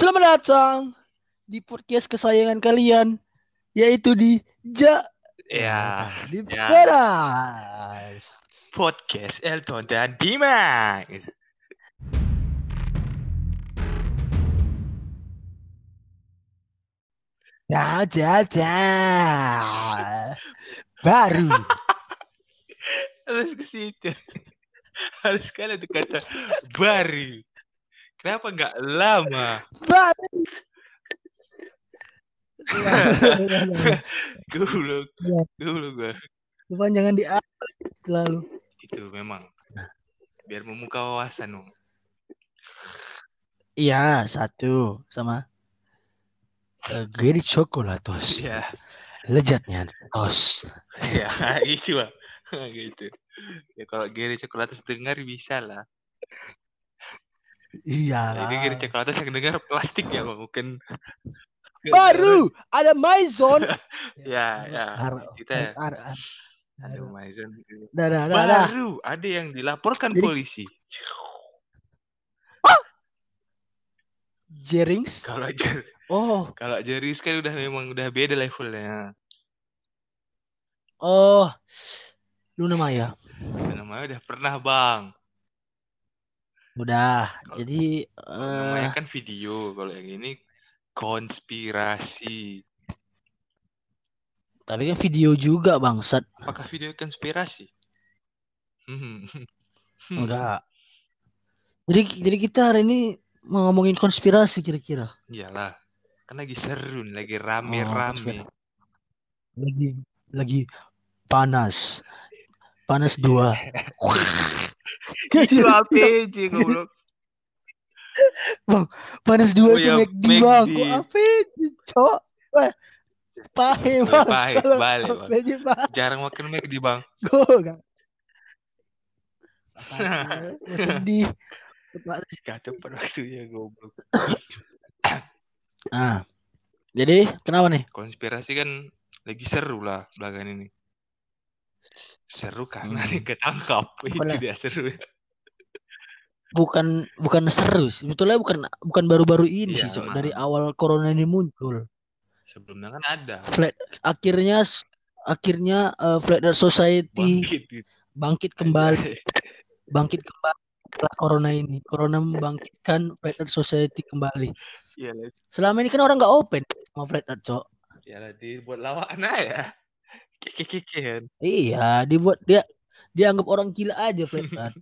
Selamat datang di podcast kesayangan kalian, yaitu di Ya, di ya. Peras. Podcast Elton dan Dimas. Baru. Harus ke situ. Harus sekali ada kata baru. Kenapa nggak lama? Baru. Udah. Goblok, goblok gua. Lupa jangan di terlalu. Itu memang biar membuka wawasan dong. Iya, satu sama Geri Chocolatos. Iya, Lezatnya tos. ya itu lah. Gitu. Ya kalau Gary Coklatus dengar bisa lah. Iya Ini Gary lah. Coklatus yang dengar plastik ya, Bang. Bukan. Baru ada Maison. Ya. Kita Aduh. Maison. Dah. Baru ada yang dilaporkan Jadi polisi. Jerings. Kalau Jerings kan memang udah beda levelnya. Luna Maya. Namanya udah pernah, Bang. Udah. Jadi Namanya kan video, kalau yang ini konspirasi. Tapi kan video juga bangsat. Apakah video konspirasi? Enggak. Jadi kita hari ini mau ngomongin konspirasi kira-kira. Iyalah. Kan lagi seru, lagi rame-rame. Lagi panas. Panas 2. Itu APJ goblok. Bang, panas 2 itu ya, McD bang. Kok APJ, Cok? Pahe bang. Pahe, balik bang. Jarang makan McD bang. Gue enggak. Sedih. Gak cepat waktunya goblok. Jadi kenapa nih? Konspirasi kan lagi seru lah belakangan ini. Seru karena ketangkap. Itu dia seru. Bukan seru, sebetulnya bukan baru-baru ini sih, Cok. Dari awal corona ini muncul. Sebelumnya kan ada. Akhirnya Flat Earth Society bangkit kembali. Setelah corona ini. Corona membangkitkan Flat Earth Society kembali. Iyalah. Selama ini kan orang nggak open sama Flat Earth, Cok. Iyalah, dibuat lawan aja. Keke-kekean. Iya, dia anggap orang gila aja Flat Earth.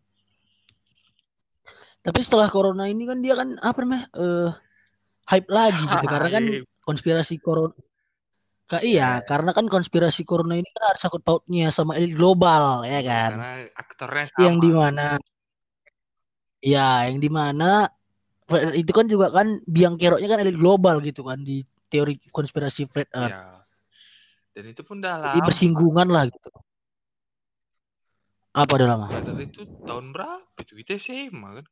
Tapi setelah corona ini kan dia kan hype lagi gitu karena kan konspirasi corona. Iya, karena kan konspirasi corona ini kan ada sangkut pautnya sama elit global, ya kan? Karena aktornya sama. Yang di mana itu kan juga kan biang keroknya kan elit global gitu kan di teori konspirasi Flat Earth. Ya. Dan itu pun udah lama. Jadi bersinggungan lah gitu. Apa udah lama? Flat Earth itu tahun berapa itu? Kita SMA kan?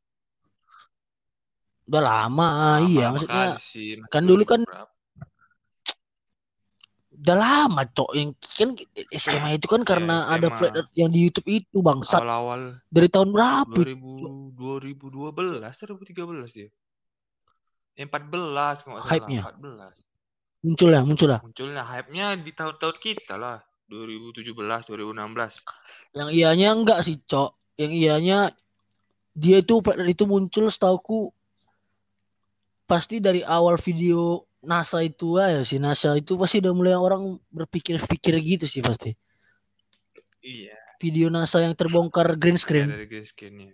Udah lama iya maksudnya sih, kan dulu kan udah lama Cok, yang kan SMA itu kan karena ada Flat Earth yang di YouTube itu bangsat. Awal-awal dari tahun berapa? 2012, 2013 ya. 14 kalau nggak salah. Hype-nya. 14. Munculnya hype-nya di tahun-tahun kita lah. 2017, 2016. Yang iyanya enggak sih, Cok. Yang iyanya dia itu Flat Earth itu muncul setauku pasti dari awal video NASA itu aja sih. NASA itu pasti udah mulai orang berpikir-pikir gitu sih pasti. Iya. Video NASA yang terbongkar green screen. Iya, dari green screen-nya.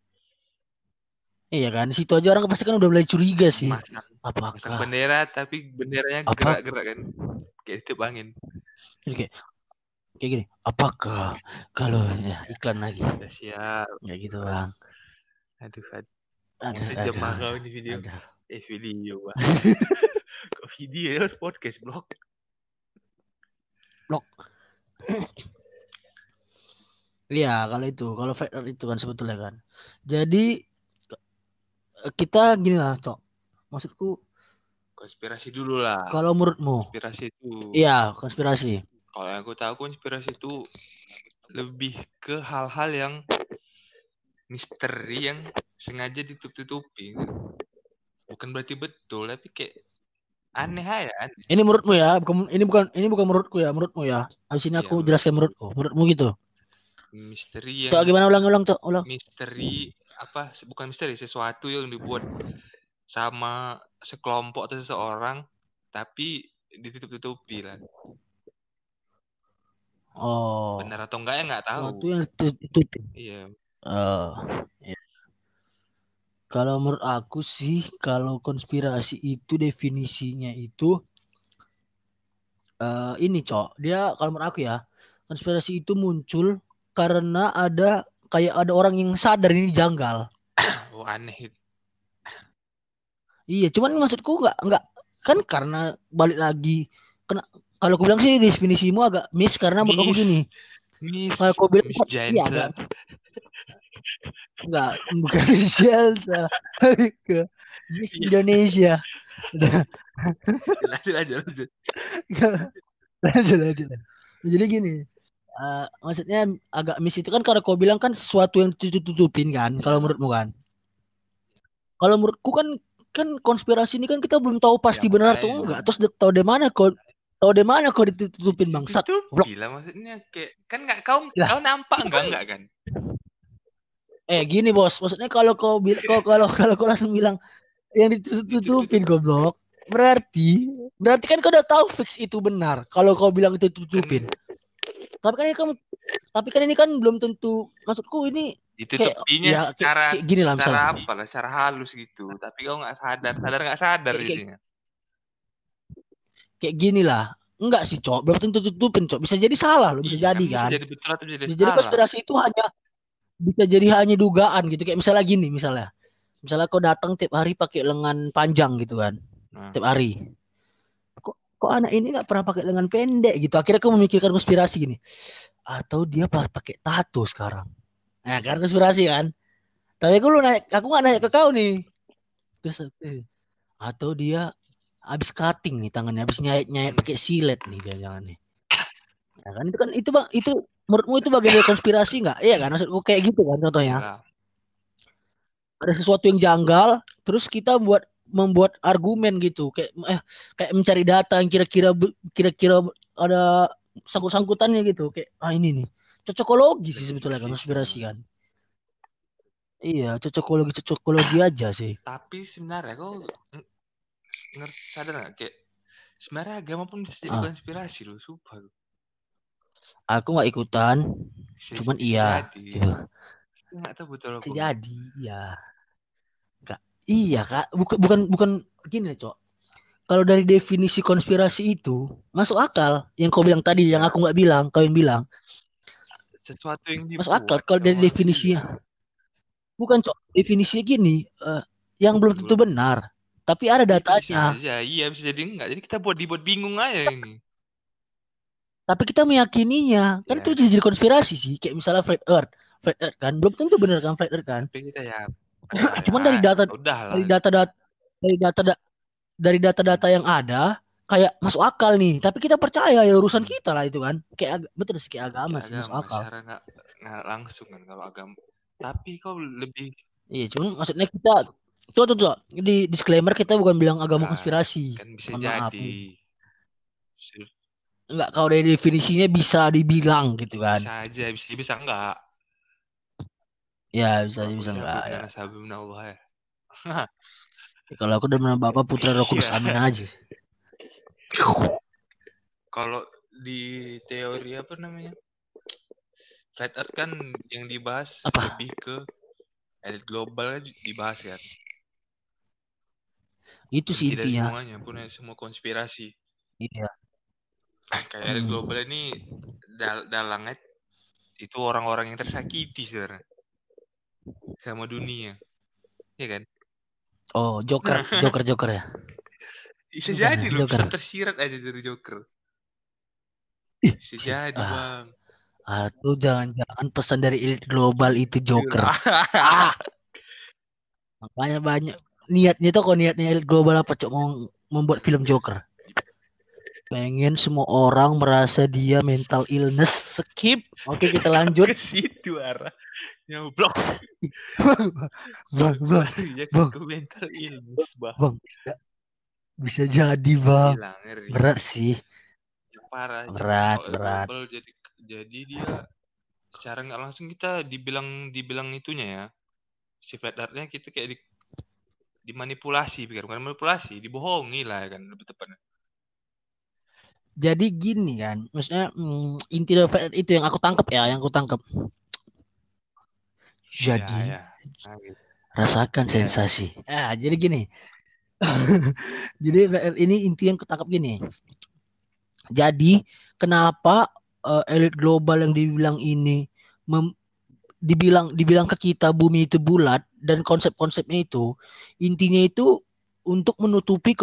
Iya kan, di situ aja orang pasti kan udah mulai curiga sih. Masang bendera tapi benderanya gerak-gerak kan. Kayak itu angin. Kayak gini. Apakah kalau ya iklan lagi? Ya, siap. Ya gitu, Bang. Aduh. Sejam kau ini video. Video, Bang. Kok video podcast blog. Iya, kalau Flat Earth itu kan sebetulnya kan. Jadi kita gini lah, Cok. Maksudku konspirasi dulu lah. Kalau menurutmu? Konspirasi itu. Iya, konspirasi. Kalau yang aku tahu konspirasi itu lebih ke hal-hal yang misteri yang sengaja ditutup-tutupi. bukan berarti betul, tapi kayak aneh aja. Ini menurutmu ya, ini bukan menurutku ya, menurutmu ya. Habis ini Iya, aku jelaskan menurutku. Menurutmu gitu. misteri Cok, yang gimana ulang, Cok? Ulang. misteri apa? Bukan misteri, sesuatu yang dibuat sama sekelompok atau seseorang, tapi ditutup-tutupi lah. Oh. Benar atau enggak ya nggak tahu. Sesuatu yang ditutupi. Iya. Ya. Kalau menurut aku sih, kalau konspirasi itu definisinya itu ini, Cok. Dia kalau menurut aku ya, konspirasi itu muncul karena kayak ada orang yang sadar ini janggal. Oh, aneh itu. Iya, cuman maksudku nggak kan karena balik lagi kena kalau aku bilang sih definisimu agak miss karena menurut aku gini. Kalau aku bilang Miss iya agak Jansen. enggak bukan Chelsea ke Miss Indonesia. Udah Lanjut. lanjut. Jadi gini, maksudnya agak miss itu kan karena kau bilang kan sesuatu yang tutupin kan, kalau Ya. menurutmu kan. Kalau menurutku kan kan konspirasi ini kan kita belum tahu Ya pasti benar atau makanya. enggak. Terus tahu dari mana kau ditutupin bangsat. Blok. Ditutupi lah maksudnya kayak kan nggak kau Lah, nampak itu kan enggak kan? gini bos, maksudnya kalau kalau kau langsung bilang yang ditutupin Ditutup goblok, berarti kan kau udah tahu fix itu benar. Kalau kau bilang itu kan tutupin. Tapi kan ini kan belum tentu, maksudku ini kayak ditutupinya ya kayak gini lah secara misalnya. apa lah, secara halus gitu. Tapi kau nggak sadar Kayak, kayak, jadinya. kayak gini lah. Enggak sih, Cok. Belum tentu tutupin, Cok. Bisa jadi salah loh, bisa Iya jadi bisa kan. jadi betul atau bisa jadi Bisa jadi salah. konspirasi itu bisa jadi hanya dugaan gitu. Kayak misalnya gini, misalnya kau datang tiap hari pakai lengan panjang gitu kan. Nah, Tiap hari. Kok anak ini nggak pernah pakai lengan pendek gitu. Akhirnya kau memikirkan konspirasi gini. Atau dia pakai tato sekarang. Nah, kan konspirasi kan. Tapi aku nggak nanya ke kau nih. Terus atau dia habis cutting nih tangannya, habis nyayat pakai silet nih jangan nih. Ya kan itu bang itu menurutmu itu bagian dari konspirasi nggak? Iya kan maksudku kayak gitu kan contohnya. iyalah. Ada sesuatu yang janggal, terus kita membuat argumen gitu, kayak mencari data yang kira-kira ada sangkut-sangkutannya gitu, kayak ini nih cocokologi sih sebetulnya kan Deduksi itu konspirasi namanya. kan. Iya, cocokologi aja sih. Tapi sebenarnya kau sadar nggak kayak sebenarnya agama pun bisa jadi Ah, konspirasi loh, sumpah. aku nggak ikutan, cuman Bisa iya jadi. gitu. Nggak tahu betul apa Bisa enggak. jadi, iya. Kak. Iya, Kak. Bukan gini, Cok. Kalau dari definisi konspirasi itu masuk akal. Yang kau bilang tadi, yang Iya, aku nggak bilang, kau yang bilang sesuatu yang masuk akal. dibuat Kalau sama dari manusia. definisinya, bukan Cok. Definisinya gini, yang belum tentu Betul. benar, tapi ada Itu bisa datanya. aja, iya bisa jadi enggak. Jadi kita dibuat bingung aja ini. Tapi kita meyakininya, kan itu Ya, jadi konspirasi sih. Kayak misalnya flat Earth kan, belum tentu benar kan flat Earth kan. tapi kita ya percaya. Cuman dari data, Udahlah. dari data-data, dari data, dari data-data yang ada kayak masuk akal nih, tapi kita percaya ya urusan Hmm. kita lah itu kan, betul sih kayak agama Kayak sih masuk agama akal. secara nggak langsung kan kalau agama. Tapi kau lebih Iya cuman maksudnya kita tuh di disclaimer kita bukan bilang agama bukan konspirasi, kan bisa mohon maaf. jadi. Enggak, kalau dari definisinya bisa dibilang gitu kan. Bisa aja, bisa enggak. Ya bisa Kalau aku bisa enggak siapa ya. minallah Allah ya. Ya, kalau aku udah menambah Bapak Putra Roh Kudus, Iya. amin aja. Kalau di teori apa namanya? Flat Earth kan yang dibahas Apa? lebih ke elit global kan dibahas kan. Itu sih Inti dari intinya. semuanya, punya semua konspirasi. Iya. Kayak elit global ini dalangnya itu orang-orang yang tersakiti sebenarnya sama dunia. Iya kan? Oh, Joker ya. Bisa Bukan jadi ya, loh, Joker. bisa tersirat aja dari Joker. Ih, Bisa jadi, Bang. atau jangan-jangan pesan dari elit global itu Joker. Makanya banyak niatnya elit global apa cok mau membuat film Joker. Pengen semua orang merasa dia mental illness. Skip. Oke, kita lanjut. Ke situ arahnya, blok. Bang, bang, Larinya bang, ke mental illness, bah. bang. Bisa jadi, bang. Gila, ngeri. Berat sih. Yang parah, jadi Berat, soal berat. global, jadi dia secara nggak langsung kita dibilang itunya ya. Si flat earth-nya kita kayak dimanipulasi, bukan manipulasi, dibohongi lah kan lebih tepatnya. Jadi gini kan, maksudnya inti dari Fat Earth itu yang aku tangkap ya, yang aku tangkap. Ya, Jadi ya. Nah, gitu. rasakan Ya. sensasi. Jadi gini. Jadi Fat Earth ini inti yang ketangkap gini. Jadi kenapa elit global yang dibilang ini dibilang ke kita bumi itu bulat dan konsep-konsepnya itu intinya itu untuk menutupi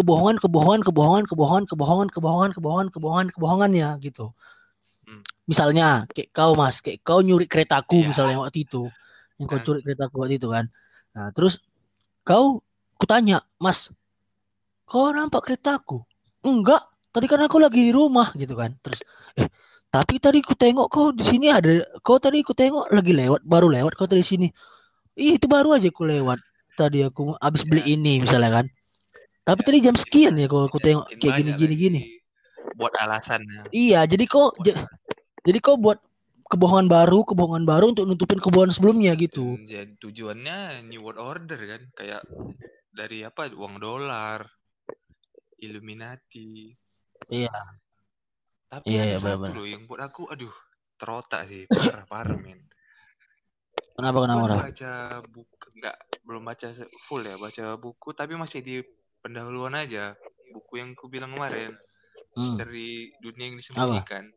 kebohongannya gitu. Hmm. Misalnya kayak kau Mas, kayak kau nyuri keretaku Ya. misalnya waktu itu. Yang kau Nah, curi keretaku waktu itu kan. Nah, terus kau kutanya, "Mas, kau nampak keretaku?" "Enggak, tadi kan aku lagi di rumah," gitu kan. Terus tapi tadi ku tengok kau di sini ada, kau tadi ku tengok lagi lewat, baru lewat kau tadi sini. Iya itu baru aja aku lewat. Tadi aku habis beli ya, ini misalnya kan. Tapi ya. tadi jam sekian Nah, ya kalau aku ini tengok makin kayak gini banyak gini gini. lagi buat alasannya. Iya, jadi kok buat kebohongan baru untuk nutupin kebohongan sebelumnya gitu. Jadi tujuannya New World Order kan, kayak dari apa, uang dolar, Illuminati. Iya, Tapi iya, ada iya satu benar-benar. loh yang buat aku, aduh, terotak sih, parah parah men. Kenapa Aku kenapa kan kenapa? baca buku, nggak, belum baca full ya, baca buku tapi masih di pendahuluan aja. Buku yang ku bilang kemarin, Hmm, Misteri Dunia yang apa? Disembunyikan.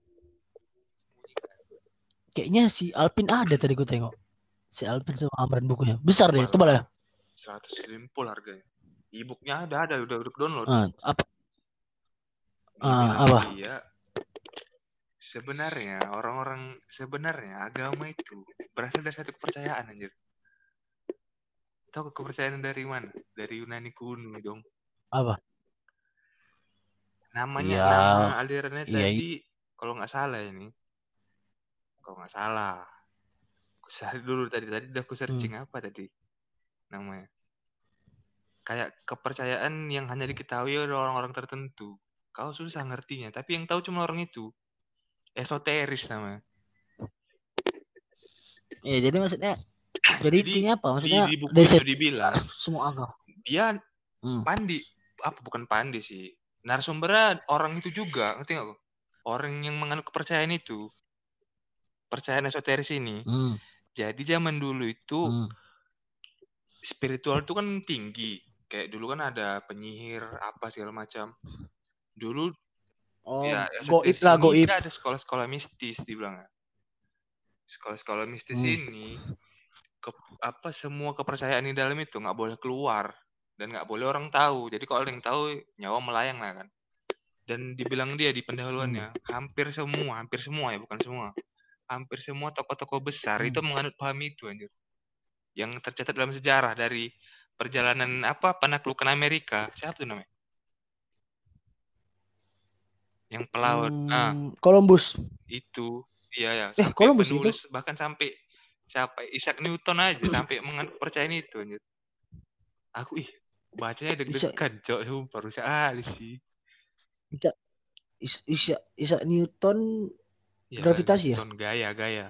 Kayaknya si Alpin ada tadi gue tengok. Si Alpin sama Amran bukunya. Besar deh, Tebal tebal lah, ya. 150 harganya. E-booknya ada, udah download. Apa? Dibilang Apa? dia, sebenarnya agama itu berasal dari satu kepercayaan anjir. Tahu kepercayaan dari mana? Dari Yunani kuno dong. Apa? Namanya, Iya, nama alirannya iya. tadi, kalau nggak salah ini, kalau nggak salah, aku cari dulu tadi udah aku Hmm. searching apa tadi namanya. Kayak kepercayaan yang hanya diketahui oleh orang-orang tertentu. Kau susah ngertinya, tapi yang tahu cuma orang itu. Esoteris namanya. Iya, jadi maksudnya, jadi Jadi intinya apa? di, Maksudnya di buku dari itu dibilang semua agama. dia Hmm. pandi, apa bukan pandi sih. Narasumbernya orang itu juga, ngerti nggak kok? Orang yang menganut kepercayaan itu, percayaan esoteris ini. Hmm. Jadi zaman dulu itu Hmm. spiritual itu kan tinggi. Kayak dulu kan ada penyihir apa segala macam. Dulu Oh, ya goib esoteris lah, ini goib. dia ada sekolah-sekolah mistis dibilang. Sekolah-sekolah mistis Hmm. ini apa semua kepercayaan di dalam itu nggak boleh keluar dan nggak boleh orang tahu. Jadi kalau ada yang tahu nyawa melayang lah kan. Dan dibilang dia di Hmm. pendahuluannya hampir semua ya bukan semua. Hampir semua tokoh-tokoh besar Hmm. itu menganut paham itu anjir. Yang tercatat dalam sejarah dari perjalanan apa penaklukan Amerika. Siapa tuh namanya? Yang pelaut. Ah, Columbus. itu. Iya ya, sampai Columbus itu. penulis bahkan sampai Isaac Newton aja sampai menganut percayaan itu anjir. Aku bacanya Isa, deg-degan, Cok. Sumpah rusak kali sih. Isa, Isa Newton Ya, gravitasi ya? Newton gaya.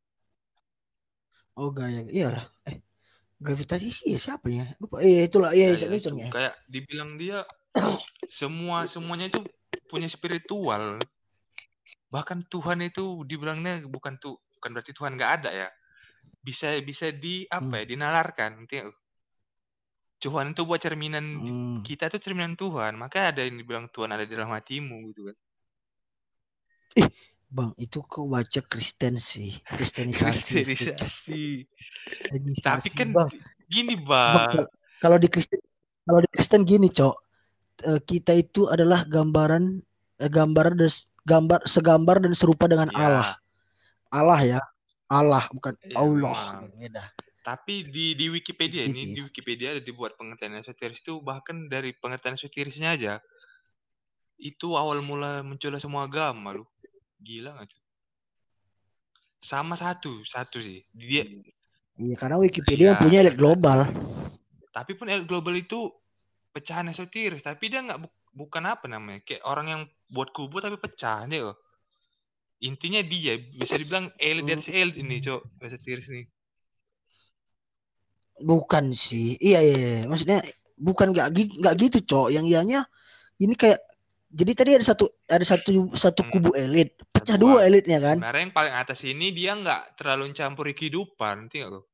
Oh, gaya. Iyalah. Gravitasi sih ya siapa ya? Lupa. Iya itulah. Iya Isa Gaya Newton itu ya. kayak dibilang dia semuanya itu punya spiritual. Bahkan Tuhan itu dibilangnya bukan berarti Tuhan nggak ada ya. Bisa bisa di Hmm. apa ya? Dinalarkan. Tuhan itu buat cerminan Hmm. kita itu cerminan Tuhan. Maka ada yang dibilang Tuhan ada di dalam hatimu gitu kan. Ih, Bang, itu kau baca Kristen sih. Kristenisasi fix. Kristenisasi. Tapi Kristenisasi, kan Bang. gini, Bang, Bang. kalau di Kristen gini, Cok. Kita itu adalah gambaran dan segambar dan serupa dengan Allah. Ya, Allah ya. Allah bukan ya Allah. memang. Beda. Tapi di Wikipedia ini, di Tipis-tipis. Wikipedia ada dibuat pengertian esoteris itu bahkan dari pengertian esoterisnya aja. Itu awal mula munculnya semua agama lu. Gila nggak tuh? Sama satu sih. Dia Iya, karena Wikipedia yang ya punya elit global. tapi pun elit global itu pecahan esoteris, tapi dia nggak bukan apa namanya, kayak orang yang buat kubu tapi pecah dia. Intinya dia bisa dibilang elit di atas elit ini, Cok, esoteris ini. Bukan sih. Iya, iya, iya. Maksudnya bukan nggak gitu, Cok. Yang ianya ini kayak jadi tadi ada satu Hmm, kubu elit, pecah kedua, dua elitnya kan. sebenarnya yang paling atas ini dia nggak terlalu campuri kehidupan, ngerti nggak lo?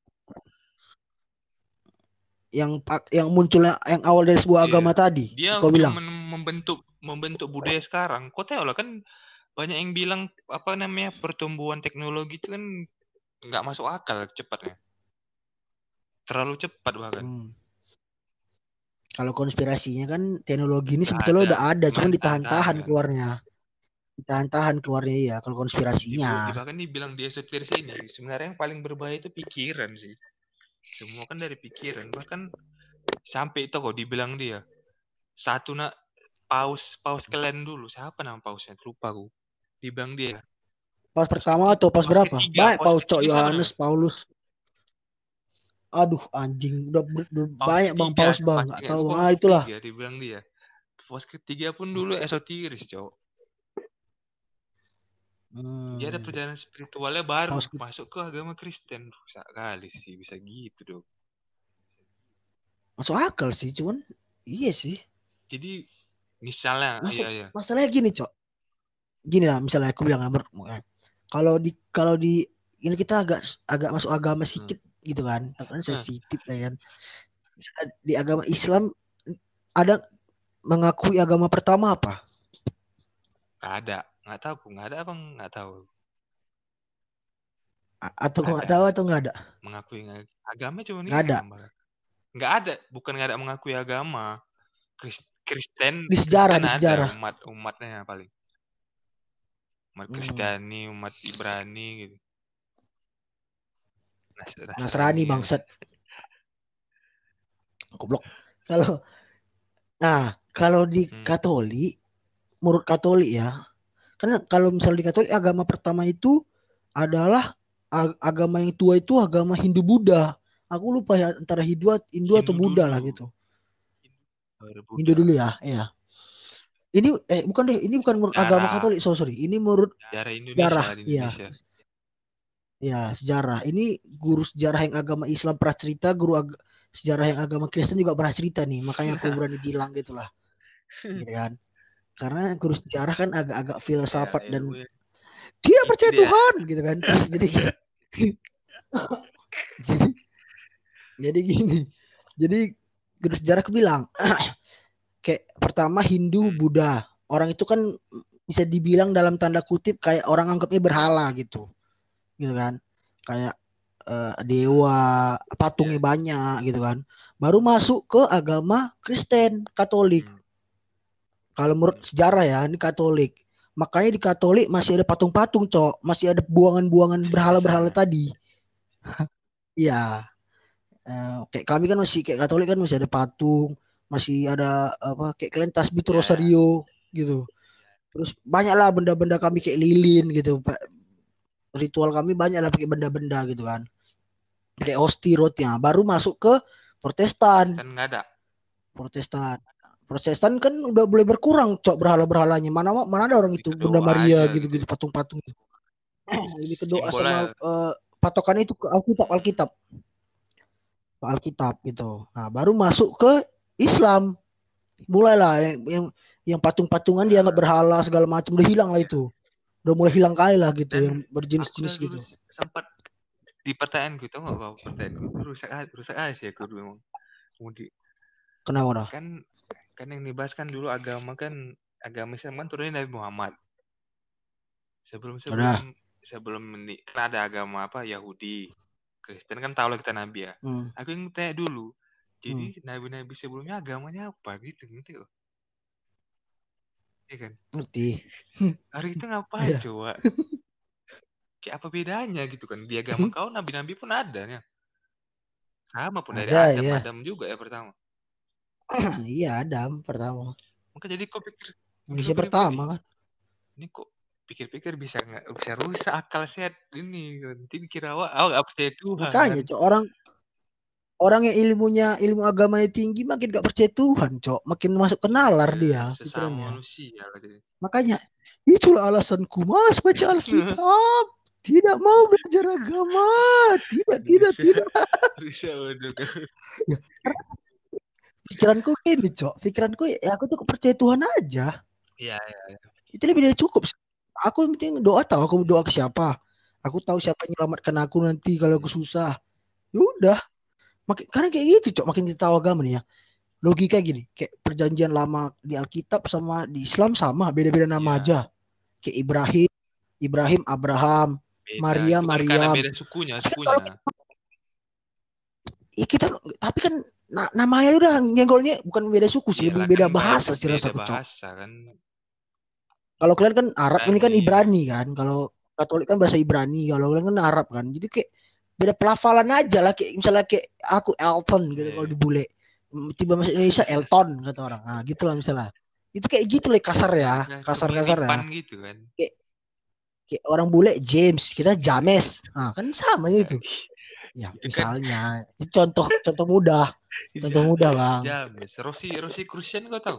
Yang munculnya yang awal dari sebuah Iya. agama tadi. Dia Kau bilang. cuma membentuk budaya sekarang. Kau tahu lah kan banyak yang bilang apa namanya pertumbuhan teknologi itu kan nggak masuk akal cepatnya. Terlalu cepat bahkan. Hmm. Kalau konspirasinya kan teknologi ini Nggak sebetulnya ada, udah ada, cuma cuman ditahan-tahan tahan-tahan. keluarnya. Ditahan-tahan keluarnya ya kalau konspirasinya. Bahkan dibilang dia esoteris ini sebenarnya yang paling berbahaya itu pikiran sih. Semua kan dari pikiran. Bahkan sampai itu kok dibilang dia satu nak paus kalian dulu. Siapa nama pausnya? Lupa aku. Dibilang dia. Paus pertama atau paus berapa? Baik, Paus Paus Cok ketiga siapa Yohanes, nama? Paulus. Aduh, anjing, udah Paus banyak Bang ketiga, Paus Bang, masih nggak ingat tahu gue Bang. paus Itulah. ketiga dibilang dia. Paus ketiga pun dulu esoteris, cowok. Dia ada Hmm, perjalanan spiritualnya baru Paus masuk ke agama Kristen. Rusak kali sih bisa gitu dong. masuk akal sih, cuman iya sih. Jadi misalnya, iya Masuk iya. masalahnya gini, Cok. Gini lah, misalnya aku bilang kalau di ini kita agak agak masuk agama Hmm. sedikit gitu kan, kan Hah, sensitif lah kan. Misalnya di agama Islam ada mengakui agama pertama apa? nggak ada, nggak tahu, nggak ada abang, nggak tahu. Atau Nggak nggak ada tahu atau nggak ada? mengakui agama cuma Nggak ada. Islam, Bang. Nggak ada, bukan nggak ada mengakui agama. Kristen Di sejarah, Kristen di ada sejarah. umatnya paling. Umat Hmm. Kristiani, umat Ibrani gitu. Nasrani Nasrani ya. bangsat. Goblok. Kalau kalau di Hmm. Katolik, menurut Katolik ya, karena kalau misalnya di Katolik agama pertama itu adalah agama yang tua itu agama Hindu Buddha. Aku lupa ya antara Hindu atau Hindu Buddha lah dulu, gitu. baru Hindu Buddha. dulu ya, ya. Ini bukan deh, ini bukan menurut agama Sejarah, Katolik, sorry. Ini menurut sejarah Indonesia sejarah, di ya, Indonesia. ya sejarah. Ini guru sejarah yang agama Islam pernah cerita, sejarah yang agama Kristen juga pernah cerita nih. Makanya aku berani bilang gitu lah, gitu kan. Karena guru sejarah kan agak-agak Ya, filsafat ya, dan weh. dia Itu percaya dia. Tuhan gitu kan. Terus jadi jadi gini. Jadi guru sejarah aku bilang kayak pertama Hindu, Hmm. Buddha. Orang itu kan bisa dibilang dalam tanda kutip kayak orang anggapnya berhala gitu. Gitu kan. Kayak dewa, Ya. patungnya banyak gitu kan. Baru masuk ke agama Kristen, Katolik. Hmm. Kalau menurut Hmm. sejarah ya, ini Katolik. Makanya di Katolik masih ada patung-patung, Cok. Masih ada buangan-buangan Sampai berhala-berhala sana. tadi. Iya. Kayak kami kan masih kayak Katolik kan masih ada patung, masih ada apa kayak kalian tasbih Ya, ya. rosario gitu. Terus banyaklah benda-benda kami kayak lilin gitu. Ritual kami banyak lah pakai benda-benda gitu kan. Kayak hosti rotnya. Baru masuk ke Protestan. Kristen nggak ada. Protestan. Protestan kan udah boleh berkurang, Cok, berhala-berhalanya. Mana mana ada orang Lebih itu ke Bunda doa Maria aja gitu gitu-gitu ya. patung-patung. Lebih ke doa sama Simbolnya patokannya itu ke Alkitab, Alkitab, Alkitab gitu. Nah, baru masuk ke Islam. Mulailah yang patung-patungan dianggap berhala segala macam udah hilang lah itu. Udah mulai hilang kali lah gitu dan yang aku berjenis-jenis udah dulu gitu. sempat di pertanyaanku itu nggak kau pertanyaanku rusak aja sih aku dulu emang. Kemudian Kenapa dah? kan kan yang dibahas kan dulu agama kan agama Islam kan turunnya Nabi Muhammad. Sebelum sebelum Udah. sebelum kan ada agama apa Yahudi, Kristen kan tahu lah kita Nabi ya. Hmm. Aku yang tanya dulu. Hmm. Jadi nabi-nabi sebelumnya agamanya apa gitu ngerti kok? Iya kan? Ngerti. Hari itu ngapain Iya. coba? Kayak apa bedanya gitu kan? Di agama kau nabi-nabi pun ada ya. Sama pun dari Ada Adam, ya. Adam juga ya pertama. Iya Adam pertama. Maka jadi kau pikir dulu Indonesia pribadi, pertama kan. ini kok pikir-pikir bisa rusak akal sehat ini. Nanti dikira awak nggak percaya Tuhan. Makanya cok, orang yang ilmu agamanya tinggi makin gak percaya Tuhan cok, makin masuk ke nalar dia Sesama pikirannya. manusia katanya. Makanya itulah alasanku malas baca Alkitab, tidak mau belajar agama, tidak tidak Rusak, tidak. rusak betul. Ya, pikiranku ini cok, pikiranku ya aku tuh percaya Tuhan aja, Iya, iya. itu lebih dari cukup. Aku yang penting doa, tahu aku doa ke siapa, aku tahu siapa yang menyelamatkan aku nanti kalau aku susah. Ya udah, makin karena kayak gitu cok, makin kita tahu agama nih ya, logika gini, kayak perjanjian lama di Alkitab sama di Islam sama, beda-beda nama Iya, aja. Kayak Ibrahim, Abraham, beda. Maria, Itu kan karena Mariam. beda sukunya, Tapi kan sukunya. kalau kita, tapi kan namanya udah nyenggolnya bukan beda suku sih, lebih Iyalah kan beda bahasa sih beda rasaku, Cok. bahasa kan. Kalau kalian kan Arab, ini kan Makanya iya. Ibrani kan. Kalau Katolik kan bahasa Ibrani, kalau kalian kan Arab kan. Jadi kayak beda pelafalan aja lah, kayak misalnya kayak aku Elton gitu kalau Iya. di bule. Tiba masuk Indonesia Elton kata orang. Nah, gitu lah misalnya. Itu kayak gitu lah kasar ya, Ya, kasar-kasar ya. kemiripan gitu kan. Kayak, kayak orang bule James, kita James. Nah, kan sama Ya, gitu. Ya, itu kan misalnya, ini contoh contoh mudah. Contoh mudah, Bang. James. Rossi Christian kau tahu?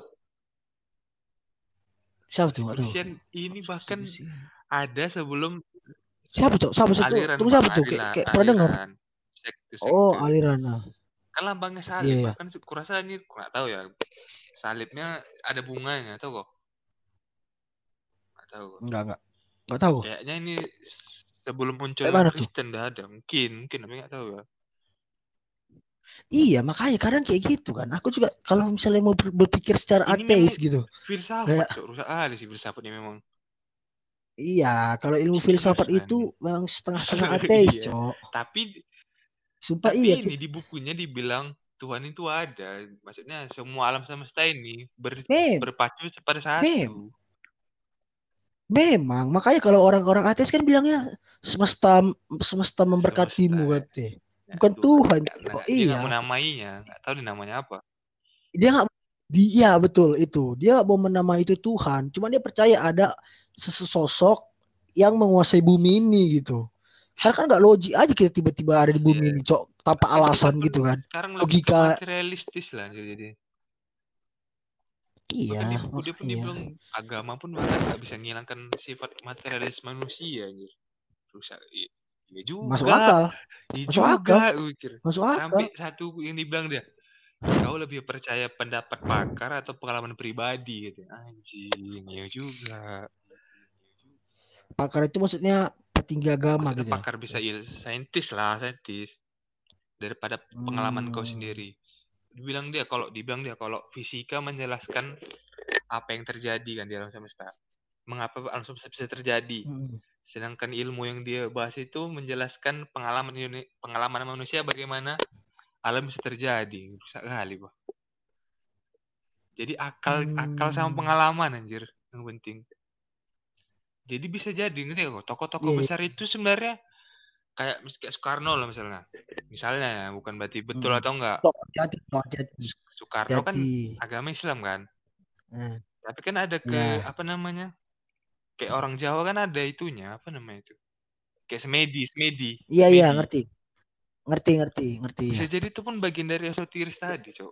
Siapa tuh? Rossi Aduh. Christian ini bahkan ada Siapa tuh? Siapa tuh? aliran Tunggu, bang, siapa tuh? Kayak, aliran, kayak pernah dengar. aliran Oh, sekte. aliran. Nah. Kan lambangnya Iya, salib, iya. bahkan kurasa ini kurang tahu ya. Salibnya ada bunganya, tahu kok? Nggak tahu kok. Enggak. Enggak tahu. Kayaknya ini sebelum Kayak munculnya mana tuh? Kristen dah ada, mungkin tapi nggak tahu ya. Iya, makanya kadang kayak gitu kan. Aku juga kalau misalnya mau berpikir secara Ini memang ateis gitu. filsafat, Kayak cok. Rusak kali sih filsafat ini memang. iya, kalau ilmu Pikir filsafat itu kan. memang setengah-setengah ateis, Iya. Cok. Tapi Sumpah tapi iya, ini di bukunya dibilang Tuhan itu ada. Maksudnya semua alam semesta ini mem, berpacu pada mem. satu. Memang, makanya kalau orang-orang ateis kan bilangnya semesta semesta memberkatimu Semesta. katanya. Ya, Bukan Tuhan. Tuhan, Cok. Dia Iya. nggak mau namainya. Nggak tahu dia namanya apa. Dia nggak, dia betul itu, dia mau menamai itu Tuhan, cuman dia percaya ada sesosok yang menguasai bumi ini gitu. Karena kan nggak logik aja kita tiba-tiba ada di bumi Iya. ini, cok, tanpa Kan kita alasan pun gitu kan, sekarang lebih ke logika. materialistis lah jadi. Iya, Bahkan di buku dia pun makanya dibilang agama pun bahkan nggak bisa menghilangkan sifat materialis manusia anjir. Rusak. Iya masuk juga. akal, Iya masuk juga akal, mikir. masuk akal. Sampai satu yang dibilang dia, kau lebih percaya pendapat pakar atau pengalaman pribadi gitu. Anjing, iya juga. Pakar itu maksudnya petinggi agama Maksudnya gitu ya. pakar bisa saintis lah, saintis daripada pengalaman kau Hmm. sendiri. Dibilang dia kalau fisika menjelaskan apa yang terjadi kan di alam semesta. Mengapa alam semesta bisa terjadi? Hmm. Sedangkan ilmu yang dia bahas itu menjelaskan pengalaman manusia bagaimana alam bisa terjadi. Rusak kali, Bang. Jadi akal sama Hmm. pengalaman anjir yang penting. Jadi bisa jadi ngerti kok tokoh-tokoh Iya, iya. besar itu sebenarnya kayak Soekarno lah misalnya. Misalnya ya, bukan berarti betul Hmm. atau enggak. Cok, hati, cok, hati, Soekarno kan hati. agama Islam kan. Nah, Tapi kan ada ya, apa namanya? Kayak orang Jawa kan ada itunya, apa namanya itu? Kayak semedi, semedi, iya, iya, semedi. ngerti, ngerti Bisa ya. jadi itu pun bagian dari esoteris tadi, Cok.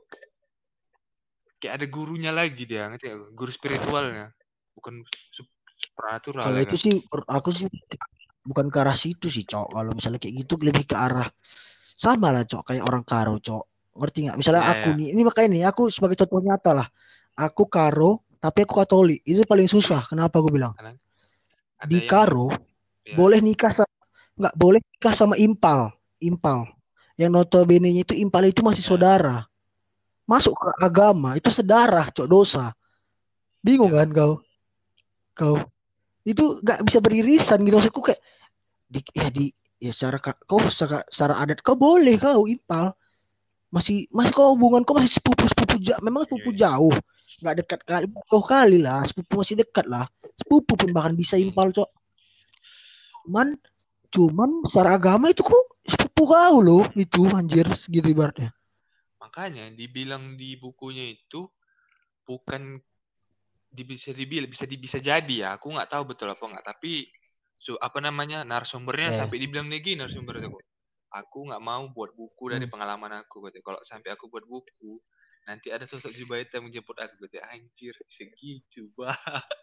Kayak ada gurunya lagi dia, ngerti gak? Guru spiritualnya. Bukan supranatural Kalau ya itu kan. sih aku sih bukan ke arah situ sih, Cok. Kalau misalnya kayak gitu lebih ke arah sama lah, Cok, kayak orang Karo, Cok. Ngerti nggak? Misalnya Ya aku ya. nih, ini makanya nih, aku sebagai contoh nyata lah. Aku Karo, tapi aku Katolik. Itu paling susah. Kenapa aku bilang? Karena ada Di yang Karo ya boleh nikah nggak boleh nikah sama impal, impal. Yang notabene-nya itu impal itu masih ya saudara. Masuk ke agama itu sedarah, Cok, dosa. Bingung iyalah. kan kau? Kau itu nggak bisa beririsan gitu, maksudku kayak di ya secara kau secara adat kau boleh kau impal, masih masih kau hubungan kau masih sepupu memang Iya, sepupu iya. jauh, nggak dekat kali kau kali lah, sepupu masih dekat lah, sepupu pun bahkan bisa Hmm. impal, Cok. cuman cuman secara agama itu kok sepupu kau loh, itu anjir gitu ibaratnya. Makanya dibilang di bukunya itu bukan bisa jadi ya. Aku nggak tahu betul apa nggak. Tapi narasumbernya sampai dibilang lagi narasumbernya kok. Aku nggak mau buat buku dari pengalaman aku. Gitu. Kalau sampai aku buat buku, nanti ada sosok Jubaita yang menjemput aku. Gitu. Anjir, segitu bah.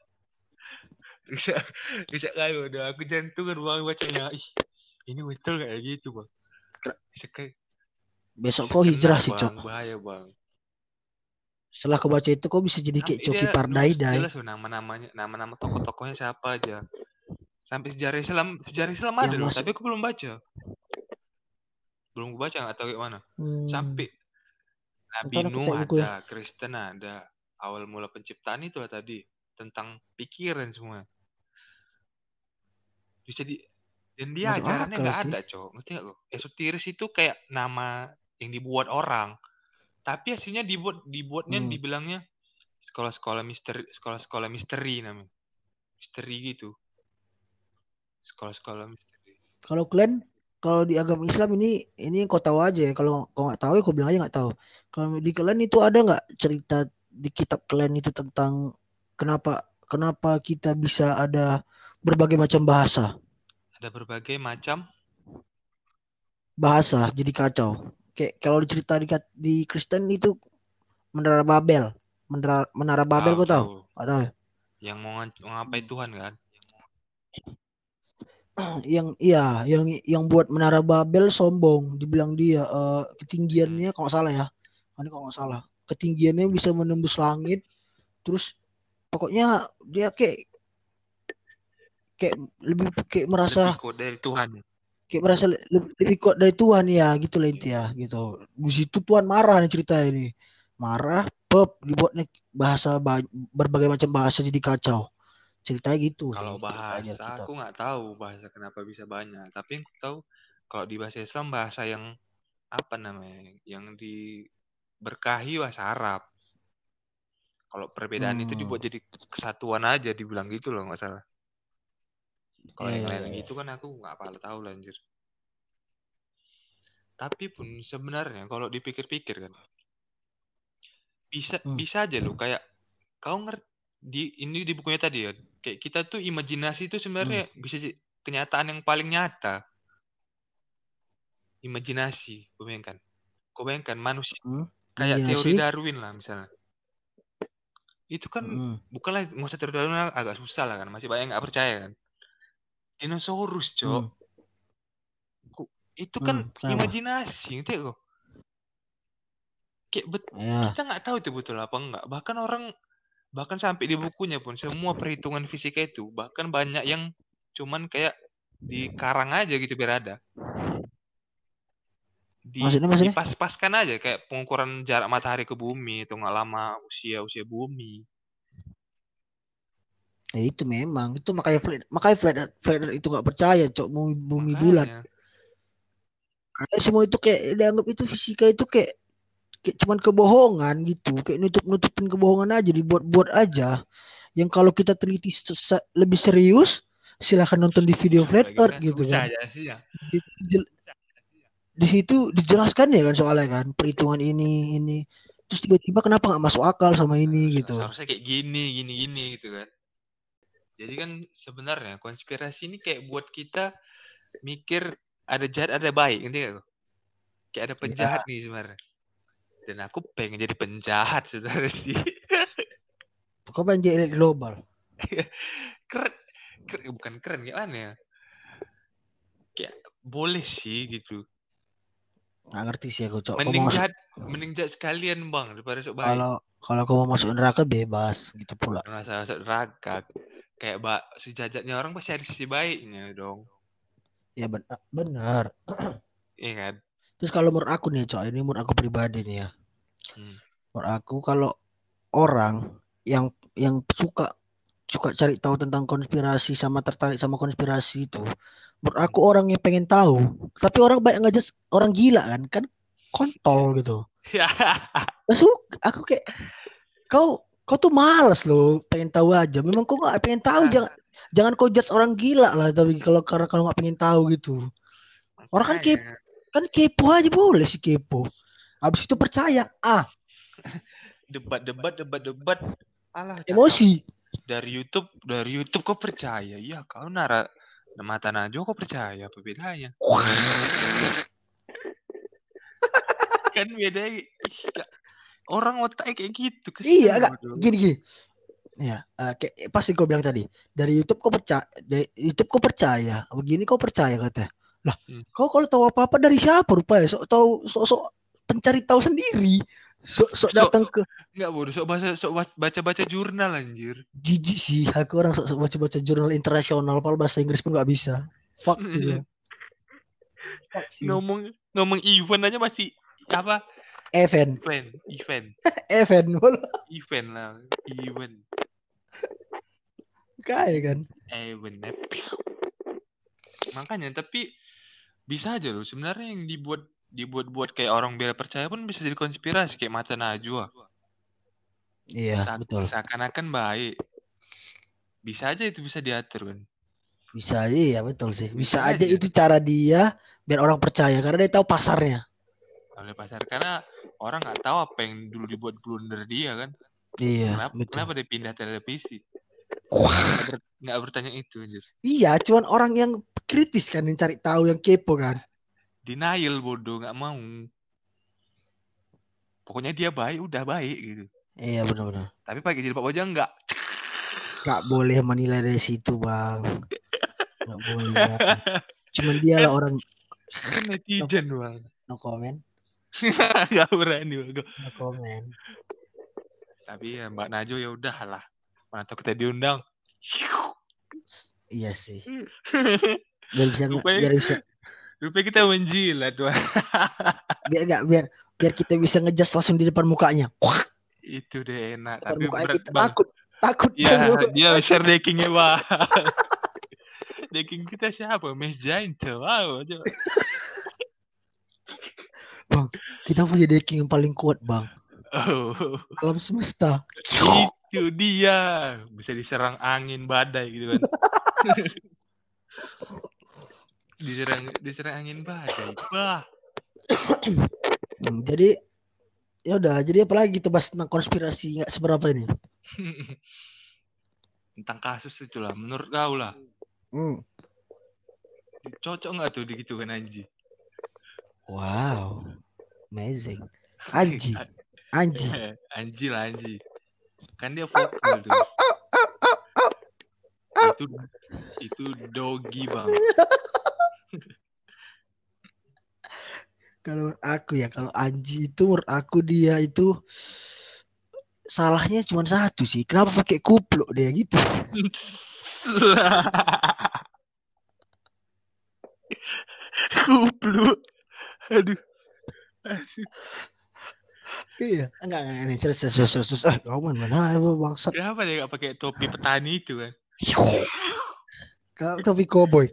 Bisa kayak udah aku jantungan bang bacanya. Ih, ini betul kayak gitu bang. Besok Bisa kau kena hijrah sih, Cok. bang, bahaya bang. Setelah kau baca itu kau bisa jadi kayak Sampai Coki dia nulis Pardai. jelas loh nama-nama tokoh-tokohnya siapa aja. Sampai sejarah Islam ada Yang loh, masuk. tapi aku belum baca. Belum baca nggak tahu kayak mana. Sampai Nabi Ntar aku Nuh cek buku ya. ada, Kristen ada. Awal mula penciptaan itulah tadi tentang pikiran semua. Bisa di dan dia Masuk ajarannya akal nggak sih. ada, Cok. Ngerti gak kok? Esoteris itu kayak nama yang dibuat orang. Tapi aslinya dibuatnya Hmm. dibilangnya sekolah-sekolah misteri namanya. Misteri gitu. Sekolah-sekolah misteri. Kalau kalian, kalau di agama Islam ini kau tahu aja ya. Kalau kau nggak tahu ya kau bilang aja nggak tahu. Kalau di kalian itu ada nggak cerita di kitab kalian itu tentang kenapa kenapa kita bisa ada berbagai macam bahasa? Ada berbagai macam. Bahasa jadi kacau. Kayak kalau dicerita di Kristen itu Menara Babel. Menara Babel Tahu kau tahu? tahu. Nggak tahu ya? Yang mau ngapain Tuhan kan? Yang buat Menara Babel sombong, dibilang dia Hmm. ketinggiannya kalau nggak salah ya, ini kalau nggak salah ketinggiannya bisa menembus langit, terus pokoknya dia kayak kayak lebih kayak merasa Lebih kuat dari Tuhan. lebih kuat dari Tuhan ya gitu lah intinya gitu. Di situ Tuhan marah nih cerita ini, marah, dibuatnya berbagai macam bahasa jadi kacau, ceritanya gitu sih Kalau ceritanya bahasa kita. aku nggak tahu bahasa kenapa bisa banyak. Tapi yang aku tahu kalau di bahasa Islam bahasa yang apa namanya? Yang diberkahi bahasa Arab. Kalau perbedaan itu Hmm. dibuat jadi kesatuan aja dibilang gitu loh nggak salah. Kalau Ya yang ya lain ya gitu ya. kan aku nggak apa tahu lah anjir. Tapi pun sebenarnya kalau dipikir-pikir kan bisa Hmm. bisa aja loh kayak kau ngerti di bukunya tadi ya kayak kita tuh imajinasi itu Hmm. sebenarnya bisa kenyataan yang paling nyata. Imajinasi, kau bayangkan manusia Hmm. kayak teori Imajinasi. Darwin lah misalnya. Itu kan Hmm. bukanlah nggak usah teori Darwin agak susah lah kan, masih banyak yang nggak percaya kan. Dinosaurus, Cok. Hmm. Itu kan Hmm. Kenapa? imajinasi, ngerti kok. Kayak kita Ya. nggak tahu itu betul apa enggak. Bahkan sampai di bukunya pun semua perhitungan fisika itu bahkan banyak yang cuman kayak dikarang aja gitu biar ada. Maksudnya? Dipas-paskan aja kayak pengukuran jarak matahari ke bumi itu nggak lama usia bumi. Ya itu memang itu makanya flat earth itu nggak percaya cok bumi bulat. Makanya Karena semua itu kayak dianggap itu fisika itu kayak cuman kebohongan gitu, kayak nutupin kebohongan aja, dibuat-buat aja. Yang kalau kita teliti lebih serius, silahkan nonton di video flat lagi earth kan gitu susah kan. aja sih ya. Di, di- di situ dijelaskan ya kan soalnya kan perhitungan ini. Terus tiba-tiba kenapa nggak masuk akal sama ini gitu. Seharusnya kayak gini gitu kan. Jadi kan sebenarnya konspirasi ini kayak buat kita mikir ada jahat ada baik, ngerti gak? Kayak ada penjahat Ya, nih sebenarnya. Dan aku pengen jadi penjahat saudara sih. kok banjir global. Keren, bukan keren gimana ya? Kayak boleh sih gitu. Nggak ngerti sih aku cok. Kau mau Mending masuk jahat, mending jahat sekalian bang daripada sok baik. kalau kalau kau mau masuk neraka bebas gitu pula. Rasa sok neraka. Kayak sejajatnya orang pasti ada sisi baiknya dong. Ya benar. Iya kan? Terus kalau menurut aku nih cok, ini menurut aku pribadi nih ya. Hmm. Menurut aku kalau orang yang suka suka cari tahu tentang konspirasi sama tertarik sama konspirasi itu, menurut Hmm. aku orang yang pengen tahu, tapi orang banyak ngajak orang gila kan kontol gitu. Ya. Masuk aku kayak kau kau tuh malas loh pengen tahu aja. Memang kau nggak pengen tahu Ah, jangan jangan kau judge orang gila lah tapi kalau nggak pengen tahu gitu. Orang makanya kan kepo aja boleh sih kepo. Habis itu percaya. Ah, debat. Alah, cakap Emosi. dari YouTube kau percaya? Iya, kau mata Najwa kau percaya? Apa bedanya? Kan beda. Orang otaknya kayak gitu, Iya, kesel agak bodoh. gini-gini. Ya, kayak pasti kau bilang tadi dari YouTube kau percaya, dari YouTube kau percaya, begini kau percaya katanya. Lah, Hmm. kau kalau tahu apa-apa dari siapa rupanya? Sok tahu, sok pencari tahu sendiri. Sok Sok datang ke nggak bodoh, sok baca jurnal anjir. jijik sih. Aku orang sok baca-baca jurnal internasional, padahal bahasa Inggris pun nggak bisa. Fuck sih dia. Fuck sih. ngomong ngomong event aja masih apa? Event, Event event, event lah, event kayak kan. event. Makanya, tapi bisa aja loh sebenarnya yang dibuat kayak orang biar percaya pun bisa jadi konspirasi kayak mata Najwa. Iya, betul. Seakan-akan baik. Bisa aja itu bisa diatur kan. Bisa aja, ya betul sih. Bisa Bisa aja aja itu cara dia biar orang percaya karena dia tahu pasarnya. oleh pasar, karena orang nggak tahu apa yang dulu dibuat blunder dia kan. Iya, betul. Kenapa dia pindah televisi? Wah, Nggak bertanya itu anjir. iya, cuman orang yang kritis kan yang cari tahu, yang kepo kan. Denial bodoh, nggak mau. Pokoknya dia baik, udah baik gitu. Iya, benar-benar. Tapi pakai jilbab aja enggak. Gak boleh menilai dari situ, Bang. Gak boleh, Bang. Cuman dia kan lah orang kan no, netizen bang. no comment, Nggak berani bang. no comment. Tapi ya Mbak Najo ya udahlah. Mana tahu kita diundang. Iya sih. Biar bisa rupanya, biar bisa rupanya kita menjilat bang. biar kita bisa ngejas langsung di depan mukanya. Wah, Itu deh enak. depan Tapi mukanya berat kita bang. takut Ya Bang. dia share deckingnya bang. Decking kita siapa? Mes Giant tuh. Wow, coba. Bang, kita punya decking yang paling kuat, Bang. Oh, Alam semesta. itu dia. Bisa diserang angin badai gitu kan. diserang angin badai. Bah. Jadi ya udah, jadi apalagi kita bahas tentang konspirasi nggak seberapa ini. Tentang kasus itulah. Menurut kau lah. Cocok nggak tuh gitu kan Anji? Wow, amazing. Anji, Anji. Anji lah Anji. Kan dia vokal tuh. Itu doggy bang. Kalau aku ya, kalau Anji itu menurut aku dia itu salahnya cuma satu sih. Kenapa pakai kupluk dia gitu? Kupluk. Aduh. Iya, enggak ini serius. Kamu mana bangsat. Kenapa dia gak pakai topi petani itu kan? Kalau tapi cowboy.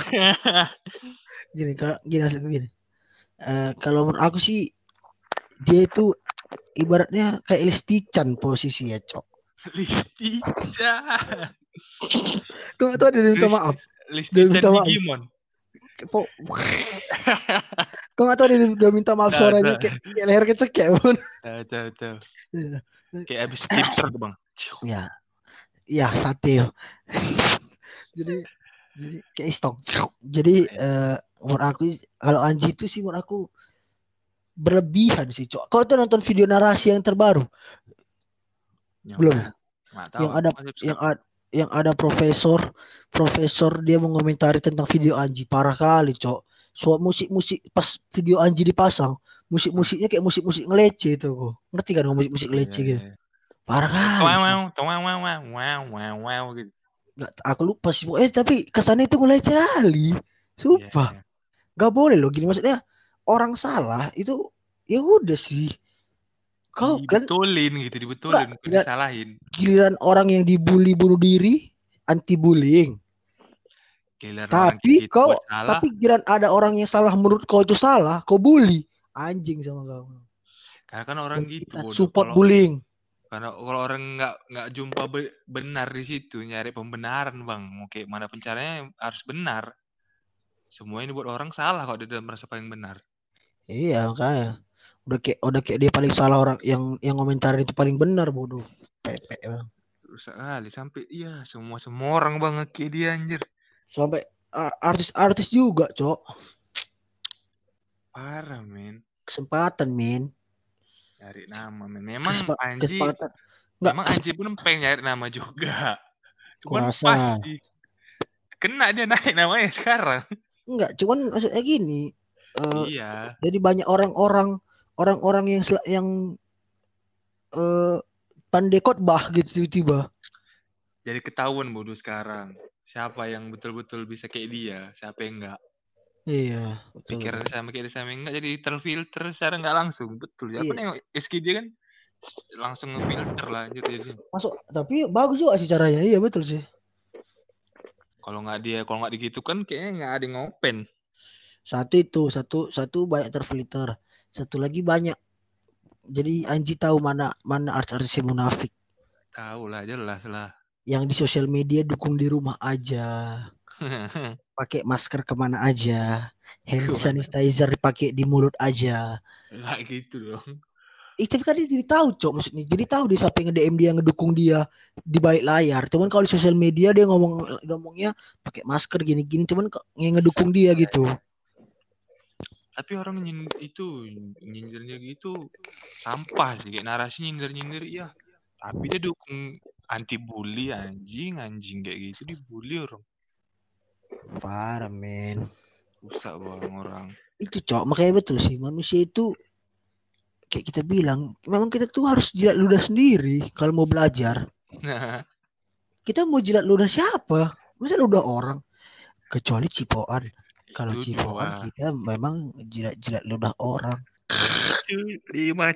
Gini, kalau gini asli gini. Kalau menurut aku sih dia itu ibaratnya kayak listican posisinya, Cok. Listica. Kau tahu dia minta maaf. Dia Listichan minta maaf. Digimon. Kau nggak tahu dia udah minta maaf suaranya kayak leher kecekek pun. Tahu. Kayak abis skipper tuh bang. Ya, ya sate. jadi kayak stok. Jadi menurut aku kalau Anji itu sih menurut aku berlebihan sih, Cok. Kau tuh nonton video narasi yang terbaru? Belum. Nggak tahu. Yang ada profesor dia mengomentari tentang video Anji, parah kali, Cok. Musik pas video Anji dipasang, musiknya kayak musik ngelece itu kok. Ngerti kan musik ngelece gitu. Parah kali sih. Wow gitu. Nggak, aku lupa sih. Tapi kesannya itu ngelece kali. Sumpah. Gak boleh loh gini, maksudnya orang salah itu ya udah sih. Kau kan Dibetulin, nggak bukan disalahin. giliran orang yang dibully bunuh diri, anti bullying. Tapi giliran ada orang yang salah menurut kau itu salah, kau bully, anjing sama kau. Karena kan orang gitu bodoh. Support bullying. Karena kalau orang nggak jumpa benar di situ, nyari pembenaran bang. Oke, mana caranya harus benar. Semua ini buat orang salah kalau dia merasa paling benar. Iya, makanya udah kayak dia paling salah, orang yang komentarin itu paling benar, bodoh. Pepe bang. Rusak kali sampai iya semua orang banget kayak dia anjir. Sampai artis-artis juga, Cok. Parah men. Kesempatan, men. Nyari nama men. Memang Anji Kesempatan. Enggak, pun pengen nyari nama juga. Cuman kurasa. pas sih. Kena dia naik namanya sekarang. Enggak, cuman maksudnya gini. Iya. Jadi banyak orang-orang yang pandai khotbah gitu tiba-tiba. Jadi ketahuan bodoh sekarang. Siapa yang betul-betul bisa kayak dia, siapa yang enggak. Iya, betul Pikiran betul. sama kayak dia sama enggak jadi terfilter secara enggak langsung. Betul. Aku Iya. nengok SK dia kan langsung ngefilter lah anjir jadi. Masuk, tapi bagus juga sih caranya. Iya, betul sih. Kalau nggak digitu kan kayaknya nggak ada yang ngopen. Satu banyak terfilter. Satu lagi banyak. Jadi Anji tahu mana artis-artis yang munafik. Tahu lah, jelas lah. Yang di sosial media dukung di rumah aja. Pakai masker kemana aja. Hand Kemana? sanitizer dipakai di mulut aja. Nggak gitu dong. Tapi kan dia jadi tahu, Cok, maksudnya. Jadi tahu dia siapa yang nge-DM dia, ngedukung dia di balik layar. Cuman kalau di sosial media dia ngomongnya pakai masker gini-gini. Cuman yang ngedukung dia gitu. Tapi orang itu nyindirnya gitu sampah sih, kayak narasi nyindir-nyindir ya. Tapi dia dukung anti bully anjing kayak gitu dibully orang. Parah, men. Rusak bang orang. Itu, Cok, makanya betul sih. Manusia itu kayak kita bilang, memang kita tuh harus jilat ludah sendiri kalau mau belajar. Kita mau jilat ludah siapa? Masa ludah orang? Kecuali cipoan. Kalau Itu cipoan dua. kita memang jilat-jilat ludah orang. Itu lima.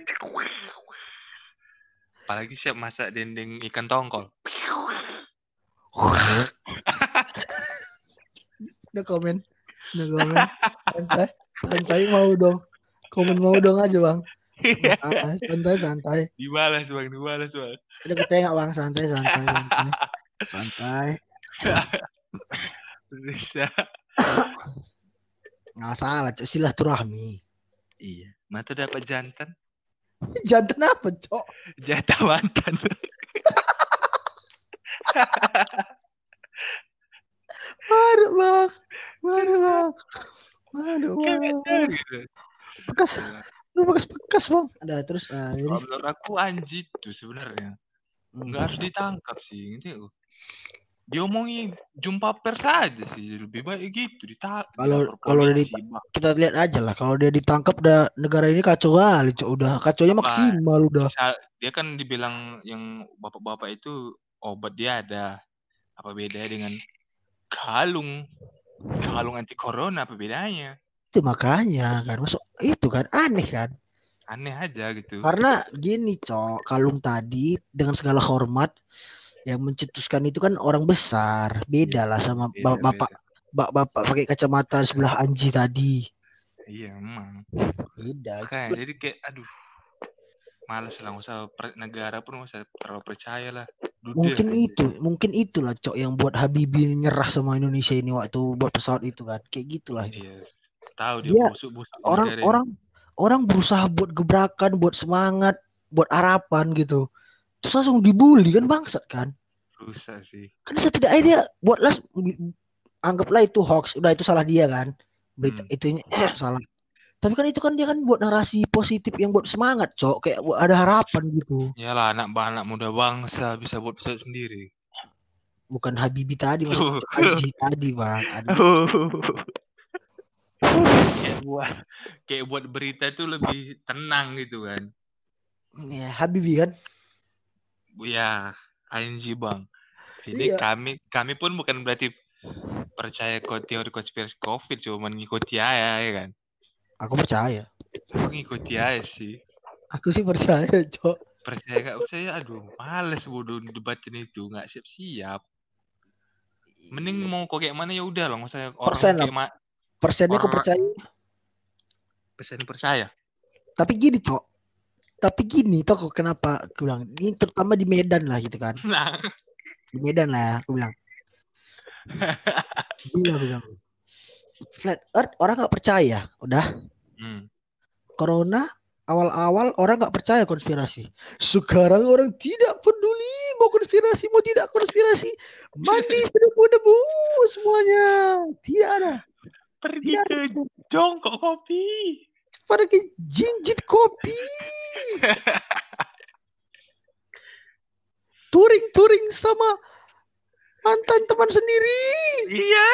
Apalagi siap masak dendeng ikan tongkol. Udah komen. Santai mau dong. Komen mau dong aja bang. Santai. Dibalas bang. Udah ketengok bang, santai. Bisa. Nggak salah, Cok, silaturahmi. Iya. Mata dapat jantan. Jantan apa, Cok? Jatah mantan. Waduh bang. Gitu. Bekas bang. Ada terus ini. Kalau menurut aku Anji tuh sebenarnya nggak harus ditangkap sih. Ini diomongin jumpa pers aja sih, lebih baik gitu dilapor Kalau polisi. kita lihat aja lah, kalau dia ditangkap udah negara ini kacau kali, Cok. Udah kacaunya maksimal udah. Dia kan dibilang yang bapak-bapak itu obat dia ada. Apa bedanya dengan kalung anti corona, apa bedanya? Itu makanya kan, masuk itu kan aneh kan. Aneh aja gitu. Karena gini, Cok, kalung tadi dengan segala hormat yang mencetuskan itu kan orang besar, beda lah sama bapak pakai kacamata sebelah Anji tadi. Iya emang. Beda. Kayak jadi kayak aduh, males lah, nggak usah negara pun nggak usah terlalu percaya lah. Mungkin itulah, Cok, yang buat Habibie nyerah sama Indonesia ini waktu buat pesawat itu kan, kayak gitulah. Iya. Tahu dia busuk orang berusaha buat gebrakan, buat semangat, buat harapan gitu. Terus langsung dibully kan, bangsat kan. Rusak sih. Kan setidaknya dia buatlah, anggaplah itu hoax, udah itu salah dia kan. Berita itunya salah. Tapi kan itu kan dia kan buat narasi positif yang buat semangat, Cok, kayak ada harapan gitu. Iyalah anak muda bangsa bisa buat pesawat sendiri. Bukan Habibie tadi, maksudnya Haji tadi, Bang. Kayak buat berita itu lebih tenang gitu kan. Ya, Habibie kan. Ya, Anji Bang. Jadi kami pun bukan berarti percaya teori konspirasi COVID, cuma ngikuti aja ya kan. Aku percaya. Aku ngikuti aja sih. Aku sih percaya, Cok. Percaya nggak percaya, aduh, males bodoh debatin itu, nggak siap-siap. Mending mau kok kayak mana ya udah loh, saya orang kayak persennya aku percaya. Persen percaya. Tapi gini, Cok. Toh kenapa aku bilang ini terutama di Medan lah gitu kan. Nah. Di Medan lah aku bilang. Gila aku bilang. Flat Earth orang nggak percaya, udah. Corona awal-awal orang nggak percaya konspirasi. Sekarang orang tidak peduli mau konspirasi mau tidak konspirasi. Mandi debu-debu semuanya. Tidak ada. Pergi Tidak ke ada. jongkok kopi. Pada ke jinjit kopi. Touring-touring sama mantan teman sendiri. Iya.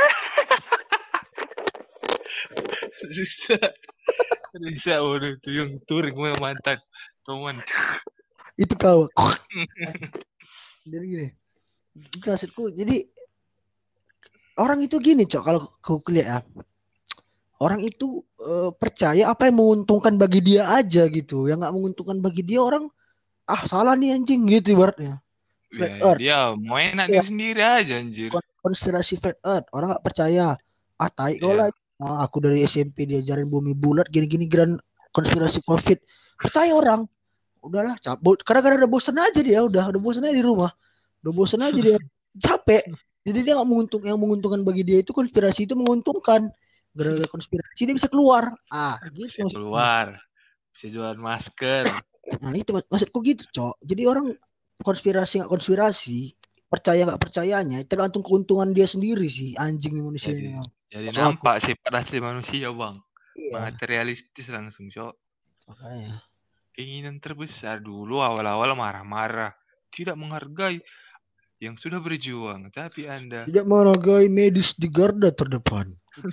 Rusak. Rusak bodoh itu yang touring sama mantan teman. Itu kau. Jadi gini. Itu maksudku. Jadi orang itu gini, Cok, kalau kau lihat ya. Orang itu percaya apa yang menguntungkan bagi dia aja gitu. Yang nggak menguntungkan bagi dia orang salah nih anjing gitu ibaratnya. Flat Ya, Earth. dia mau enak Ya, diri sendiri aja anjir. konspirasi Flat Earth. Orang nggak percaya. Tai kau lah. Ya. Aku dari SMP diajarin bumi bulat gini-gini grand konspirasi COVID. Percaya orang. Udahlah cabut. Kadang-kadang udah bosan aja dia. Udah bosan aja di rumah. Udah bosan aja dia. Capek. Jadi dia nggak menguntung. Yang menguntungkan bagi dia itu konspirasi itu menguntungkan. Gara-gara konspirasi dia bisa keluar. Gitu Bisa maksudku. keluar, bisa jualan masker. Nah itu maksudku gitu, Cok. Jadi orang konspirasi nggak konspirasi, percaya nggak percayanya, tergantung keuntungan dia sendiri sih, anjing manusia ini. Jadi Memang. jadi Maksud aku. nampak sifat asli manusia, Bang. Iya, Materialistis langsung, Cok. makanya. Keinginan terbesar dulu awal-awal marah-marah, tidak menghargai yang sudah berjuang, tapi Anda Tidak menghargai medis di garda terdepan.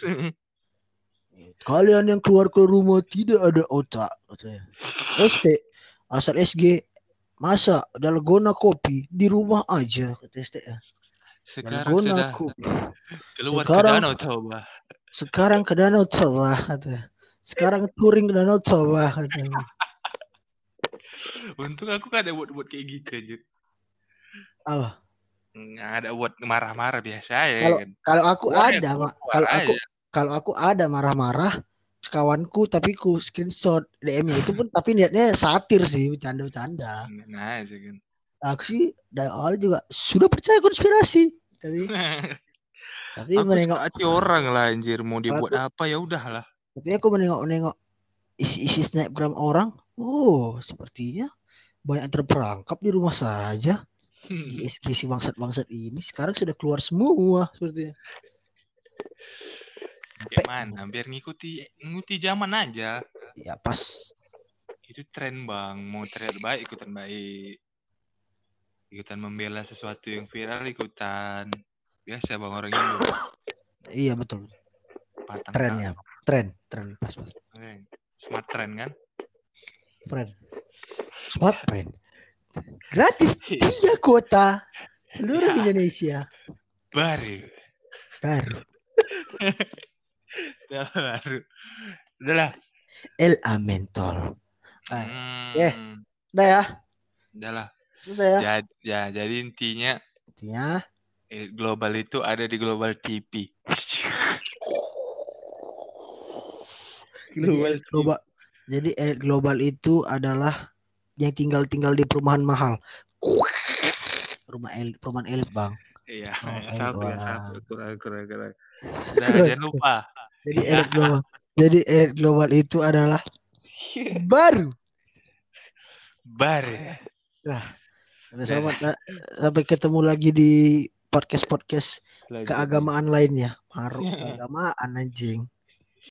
Kalian yang keluar ke rumah tidak ada otak, katanya. ST, asal SG, masa dalgona kopi di rumah aja, kata ST ya. sekarang Dalgona sudah kopi. keluar ke Sekarang Danau Toba. sekarang ke Danau Toba, katanya. Sekarang touring ke Danau Toba, katanya. Untung aku gak ada buat kayak gitu aja. Oh, Nggak ada buat marah-marah biasa ya kalau kan. kalau aku Keluar ya ada, keluar kalau aku aja. kalau aku ada marah-marah ke kawanku tapi ku screenshot DM-nya itu pun tapi niatnya satir sih, bercanda-bercanda. Nah aja kan. Aku sih dari awal juga sudah percaya konspirasi, tapi Aku menengok suka hati orang lah anjir, mau dibuat aku apa ya udahlah. tapi aku menengok-nengok isi-isi snapgram orang. Oh, sepertinya banyak yang terperangkap di rumah saja. SG si bangsat-bangsat ini sekarang sudah keluar semua sepertinya. Kayak Sampai mana? Biar ngikuti zaman aja. ya pas. Itu tren bang, mau terlihat baik ikutan baik, ikutan membela sesuatu yang viral ikutan. Biasa bang orang Indo, Iya betul. patang Trennya, kali. tren pas. Smart trend kan? Friend, smart friend, gratis 3 kuota seluruh Ya, Indonesia. baru. Baru. Baru. Udahlah. El Amentol. Udah ya. Udahlah. Selesai ya. Jadi intinya Intinya global itu ada di global TV. jadi Global elit TV. global. Jadi elit global itu adalah yang tinggal di perumahan mahal. Perumahan elit, Bang. Iya, Perumahan elit, satu ya, wah. satu. Kurang. Nah, jangan lupa. Jadi Ya. elit global. Jadi elit global itu adalah baru. Baru. Nah, selamat sampai ketemu lagi di podcast Selanjutnya. keagamaan lainnya. Maruk keagamaan anjing.